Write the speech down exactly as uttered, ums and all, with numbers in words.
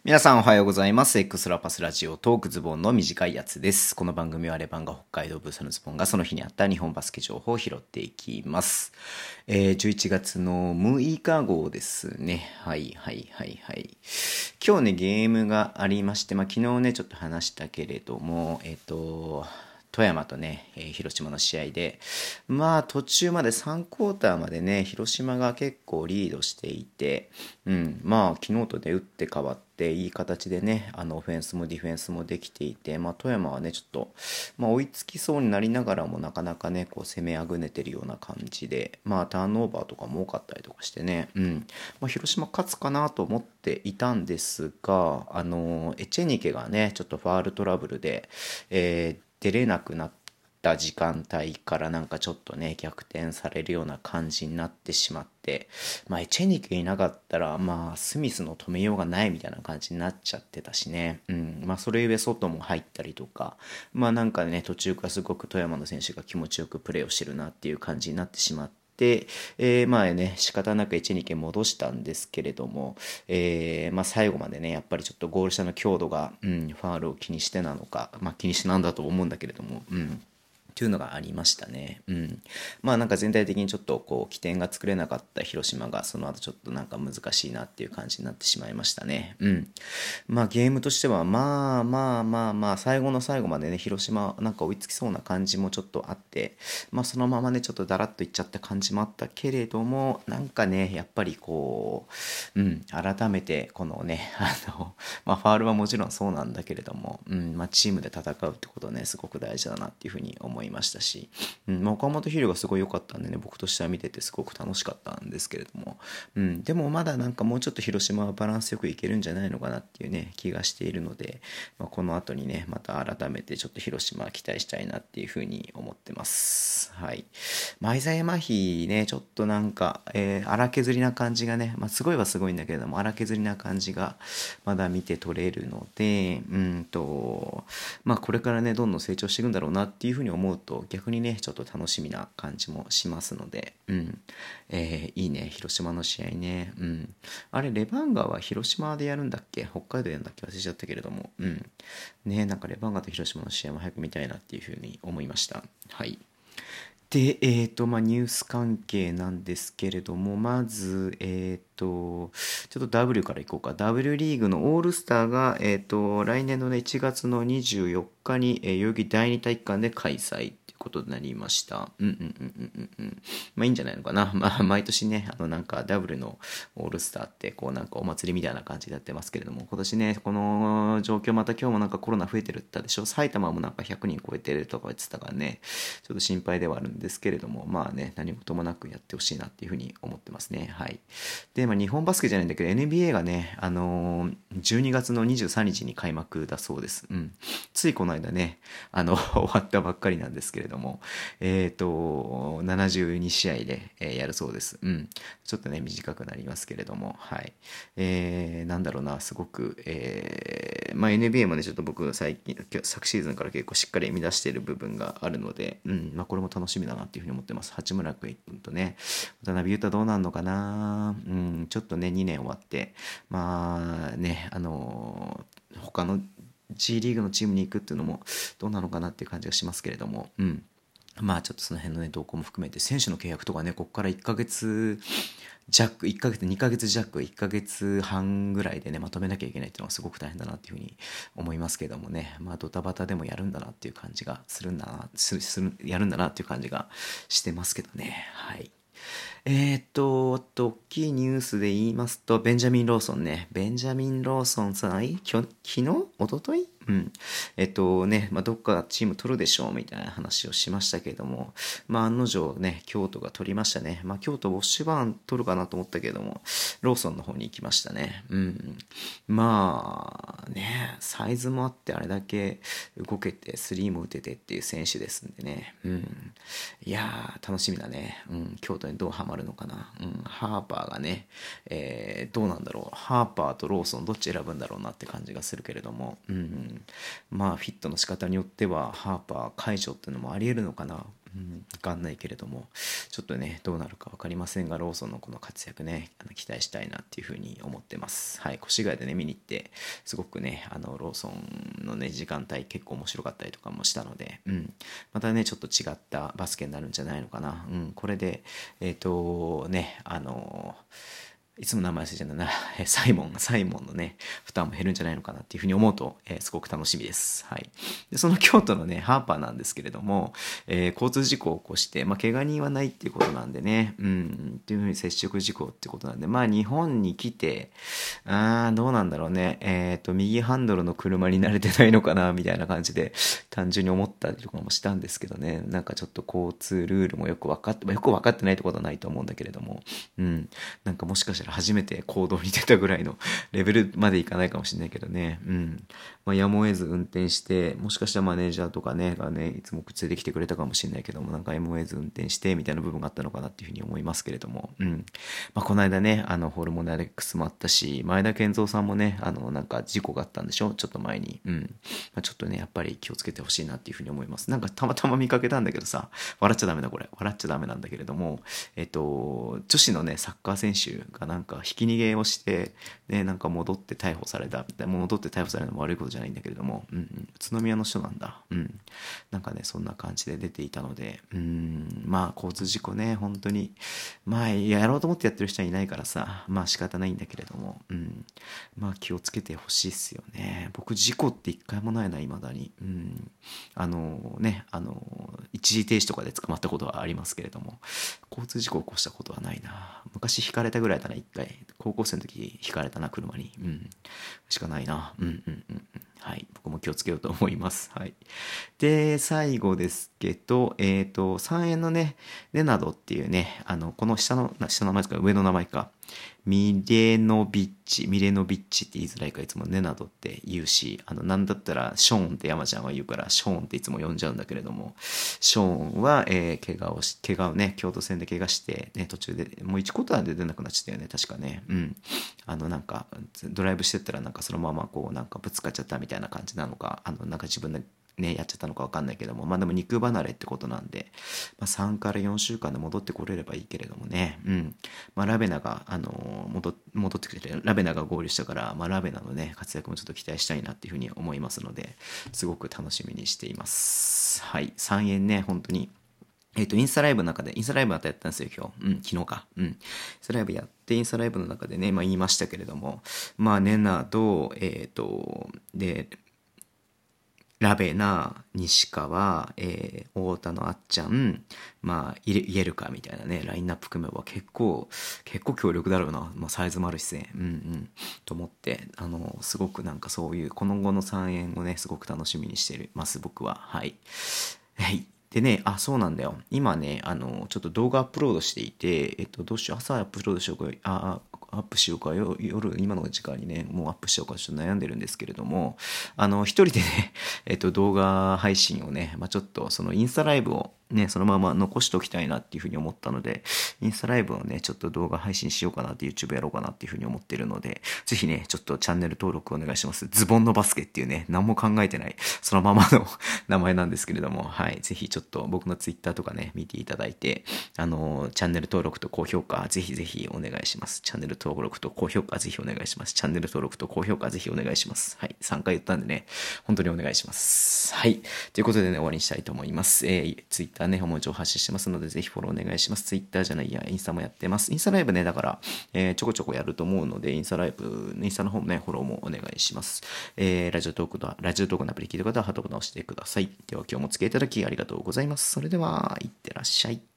皆さんおはようございます。X ラパスラジオトークズボンの短いやつです。この番組はレバンが北海道ブースのズボンがその日にあった日本バスケ情報を拾っていきます。えー、じゅういちがつのむいか号ですね。はいはいはいはい。今日ね、ゲームがありまして、まあ、昨日ね、ちょっと話したけれども、えっと、富山とね、えー広島の試合で、まあ途中までさんクォーターまでね、広島が結構リードしていて、うん、まあ昨日とで打って変わっていい形でね、あのオフェンスもディフェンスもできていて、まあ富山はね、ちょっと、まあ追いつきそうになりながらもなかなかね、こう攻めあぐねてるような感じで、まあターンオーバーとかも多かったりとかしてね、うん、まあ広島勝つかなと思っていたんですが、あのエチェニケがね、ちょっとファールトラブルで、えー出れなくなった時間帯からなんかちょっとね逆転されるような感じになってしまって、まあエチェニケいなかったらまあスミスの止めようがないみたいな感じになっちゃってたしね、うん、まあそれゆえ外も入ったりとか、まあなんかね途中からすごく富山の選手が気持ちよくプレーをしてるなっていう感じになってしまってで、えー、まあね、仕方なくいち、にけん戻したんですけれども、えー、まあ最後までね、やっぱりちょっとゴール下の強度が、うん、ファールを気にしてなのか、まあ気にしてなんだと思うんだけれども、うん。というのがありましたね。うん。まあなんか全体的にちょっとこう起点が作れなかった広島がその後ちょっとなんか難しいなっていう感じになってしまいましたね。うん。まあゲームとしてはまあまあまあまあ最後の最後までね広島なんか追いつきそうな感じもちょっとあって、まあそのままねちょっとだらっといっちゃった感じもあったけれども、なんかねやっぱりこう、うん、改めてこのねあのまあファールはもちろんそうなんだけれども、うんまあ、チームで戦うってことはねすごく大事だなっていうふうに思いましたし、うんまあ、岡本裕がすごい良かったんでね僕としては見ててすごく楽しかったんですけれども、うん、でもまだなんかもうちょっと広島はバランスよくいけるんじゃないのかなっていうね気がしているので、まあ、この後にねまた改めてちょっと広島期待したいなっていうふうに思ってます。はい。前澤山比ねちょっとなんか、えー荒削りな感じがね、まあ、すごいはすごいんだけれども荒削りな感じがまだ見て取れるので、うんとまあこれからねどんどん成長していくんだろうなっていうふうに思うと逆にねちょっと楽しみな感じもしますので、うんえーいいね広島の試合ね。うん、あれレバンガは広島でやるんだっけ北海道でやるんだっけ忘れちゃったけれども、うんねなんかレバンガと広島の試合も早く見たいなっていうふうに思いました。はい。で、えーと、まあ、ニュース関係なんですけれども、まず、えーと、ちょっと ダブリュー からいこうか。ダブリュー リーグのオールスターが、えーと、来年のね、いちがつのにじゅうよっかに、えー、代々木第二体育館で開催ということになりました。うんうんうんうんうんうん。まあいいんじゃないのかな。まあ毎年ね、あのなんかダブルのオールスターってこうなんかお祭りみたいな感じでやってますけれども、今年ね、この状況また今日もなんかコロナ増えてるって言ったでしょ。埼玉もなんかひゃくにん超えてるとか言ってたからね、ちょっと心配ではあるんですけれども、まあね、何事もなくやってほしいなっていうふうに思ってますね。はい。で、まあ日本バスケじゃないんだけど、エヌビーエー がね、あのーじゅうにがつのにじゅうさんにちに開幕だそうです。うん。ついこの間ね、あの終わったばっかりなんですけれども、えっ、と、ななじゅうにしあいで、えーやるそうです。うん。ちょっとね、短くなりますけれども、はい。えー、なんだろうな、すごく、えー、まあ エヌビーエー もね、ちょっと僕最近、昨シーズンから結構しっかり生み出している部分があるので、うん、まあこれも楽しみだなっていうふうに思ってます。八村君とね、渡辺裕太どうなんのかな、うん、ちょっとね、にねん終わって、まあね、あのー他の G リーグのチームに行くっていうのもどうなのかなっていう感じがしますけれども、うん。まあちょっとその辺のね動向も含めて選手の契約とかねここからいっかげつ弱いっかげつにかげつ弱いっかげつはんぐらいでねまとめなきゃいけないっていうのはすごく大変だなっていうふうに思いますけどもね、まあドタバタでもやるんだなっていう感じがするんだなすするやるんだなっていう感じがしてますけどね。はい。えーっと、あと、大きいニュースで言いますと、ベンジャミン・ローソンね。ベンジャミン・ローソンさん、いきょ昨日一昨日うん。えっとね、まあ、どっかチーム取るでしょうみたいな話をしましたけれども、まあ、案の定ね、京都が取りましたね。まあ、京都、ウォッシュバーン取るかなと思ったけれども、ローソンの方に行きましたね。うん。まあ、ね、サイズもあって、あれだけ動けて、スリーも打ててっていう選手ですんでね。うん。いやー、楽しみだね。うん。京都にどうハマるのかな。うん。ハーパーがね、えー、どうなんだろう。ハーパーとローソンどっち選ぶんだろうなって感じがするけれども、うん。まあ、フィットの仕方によっては、ハーパー解除っていうのもあり得るのかな。 うん、わかんないけれども、ちょっとねどうなるか分かりませんが、ローソンのこの活躍ね、あの期待したいなっていうふうに思ってます。はい、越谷でね見に行って、すごくねあのローソンのね時間帯結構面白かったりとかもしたので、うん、またねちょっと違ったバスケになるんじゃないのかな。うん、これでえっ、とねあのいつも名前忘れちゃうんだな、えサイモン、サイモンのね、負担も減るんじゃないのかなっていうふうに思うと、えーすごく楽しみです。はい。で、その京都のね、ハーパーなんですけれども、えー交通事故を起こして、まあ、怪我人はないっていうことなんでね、うん、っていうふうに接触事故ってことなんで、まあ、日本に来て、あー、どうなんだろうね、えっと、右ハンドルの車に慣れてないのかな、みたいな感じで、単純に思ったりとかもしたんですけどね、なんかちょっと交通ルールもよく分かって、まあよく分かってないってことはないと思うんだけれども、うん、なんかもしかしたら初めて行動に出たぐらいのレベルまでいかないかもしれないけどね、うん。まあ、やむを得ず運転して、もしかしたらマネージャーとかね、がね、いつも連れてきてくれたかもしれないけども、なんかやむを得ず運転してみたいな部分があったのかなっていうふうに思いますけれども、うん。まあ、この間ね、あの、ホルモンアレックスもあったし、前田健三さんもね、あの、なんか事故があったんでしょちょっと前に。うん。まあ、ちょっとね、やっぱり気をつけてほしいなっていうふうに思います。なんかたまたま見かけたんだけどさ、笑っちゃダメだこれ。笑っちゃダメなんだけれども、えっと、女子のね、サッカー選手がなんかひき逃げをして、ね、なんか戻って逮捕されたみたいな、戻って逮捕されるのも悪いことじゃないんだけれども、うんうん、宇都宮の人なんだ。うん。なんかね、そんな感じで出ていたので、うん、まあ、交通事故ね、本当に、まあ、やろうと思ってやってる人はいないからさ、まあ仕方ないんだけれども、うん。まあ気をつけてほしいっすよね。僕、事故って一回もないな、未だに。うん。あのね、あの、一時停止とかで捕まったことはありますけれども、交通事故を起こしたことはないな。昔引かれたぐらいだな、一回。高校生の時引かれたな、車に。うん。しかないな。うんうんうんうん。はい。僕も気をつけようと思います。はい。で、最後ですけど、えっと、さんえんのね、レナドっていうね、あの、この下の、下の名前ですか、上の名前か。ミレノビッチ、ミレノビッチって言いづらいからいつもネナドって言うし、あの、なんだったらショーンって山ちゃんは言うから、ショーンっていつも呼んじゃうんだけれども、ショーンは、えー、怪我をし、怪我をね、京都戦で怪我して、ね、途中で、もういちクォーターで出なくなっちゃったよね、確かね。うん。あの、なんか、ドライブしてったらなんかそのままこう、なんかぶつかっちゃったみたいな感じなのか、あの、なんか自分でね、やっちゃったのか分かんないけども、まあでも肉離れってことなんで、まあ、さんからよんしゅうかんで戻ってこれればいいけれどもね、うん。まあラベナが、あのー戻、戻ってくれて、ラベナが合流したから、まあラベナのね、活躍もちょっと期待したいなっていうふうに思いますので、すごく楽しみにしています。はい。さんえんね、本当に。えっ、と、インスタライブの中で、インスタライブまたやったんですよ、今日。うん、昨日か。うん。インスタライブやって、インスタライブの中でね、まあ言いましたけれども、まあ、ネナと、えっ、と、で、ラベナ、西川、えー、太田のあっちゃん、まあ、イエルカみたいなね、ラインナップ組めば結構、結構強力だろうな。まあ、サイズもあるしね。うんうん。と思って、あの、すごくなんかそういう、この後のさんえんをね、すごく楽しみにしてます、僕は。はい。はい。でね、あ、そうなんだよ。今ね、あの、ちょっと動画アップロードしていて、えっと、どうしよう、朝アップロードしようか、あ、アップしようか、よ夜、今の時間にね、もうアップしようか、ちょっと悩んでるんですけれども、あの、一人でね、えっと、動画配信をね、まあ、ちょっと、そのインスタライブをね、そのまま残しておきたいなっていうふうに思ったので、インスタライブをね、ちょっと動画配信しようかなって YouTube やろうかなっていうふうに思ってるので、ぜひね、ちょっとチャンネル登録お願いします。ズボンのバスケっていうね、何も考えてない、そのままの名前なんですけれども、はい、ぜひちょっと僕の Twitter とかね、見ていただいて、あの、チャンネル登録と高評価、ぜひぜひお願いします。チャンネル登録と高評価、ぜひお願いします。チャンネル登録と高評価、ぜひお願いします。はい、さんかい言ったんでね、本当にお願いします。はい、ということでね、終わりにしたいと思います。えー、Twitter ね、思い情報発信してますので、ぜひフォローお願いします。Twitter じゃないや、インスタもやってます。インスタライブね、だから、えー、ちょこちょこやると思うので、インスタライブ、インスタの方もね、フォローもお願いします。えー、ラジオトークと、ラジオトークのアプリ聞いた方はハートボタンを押してください。では今日もお付き合いいただきありがとうございます。それでは、いってらっしゃい。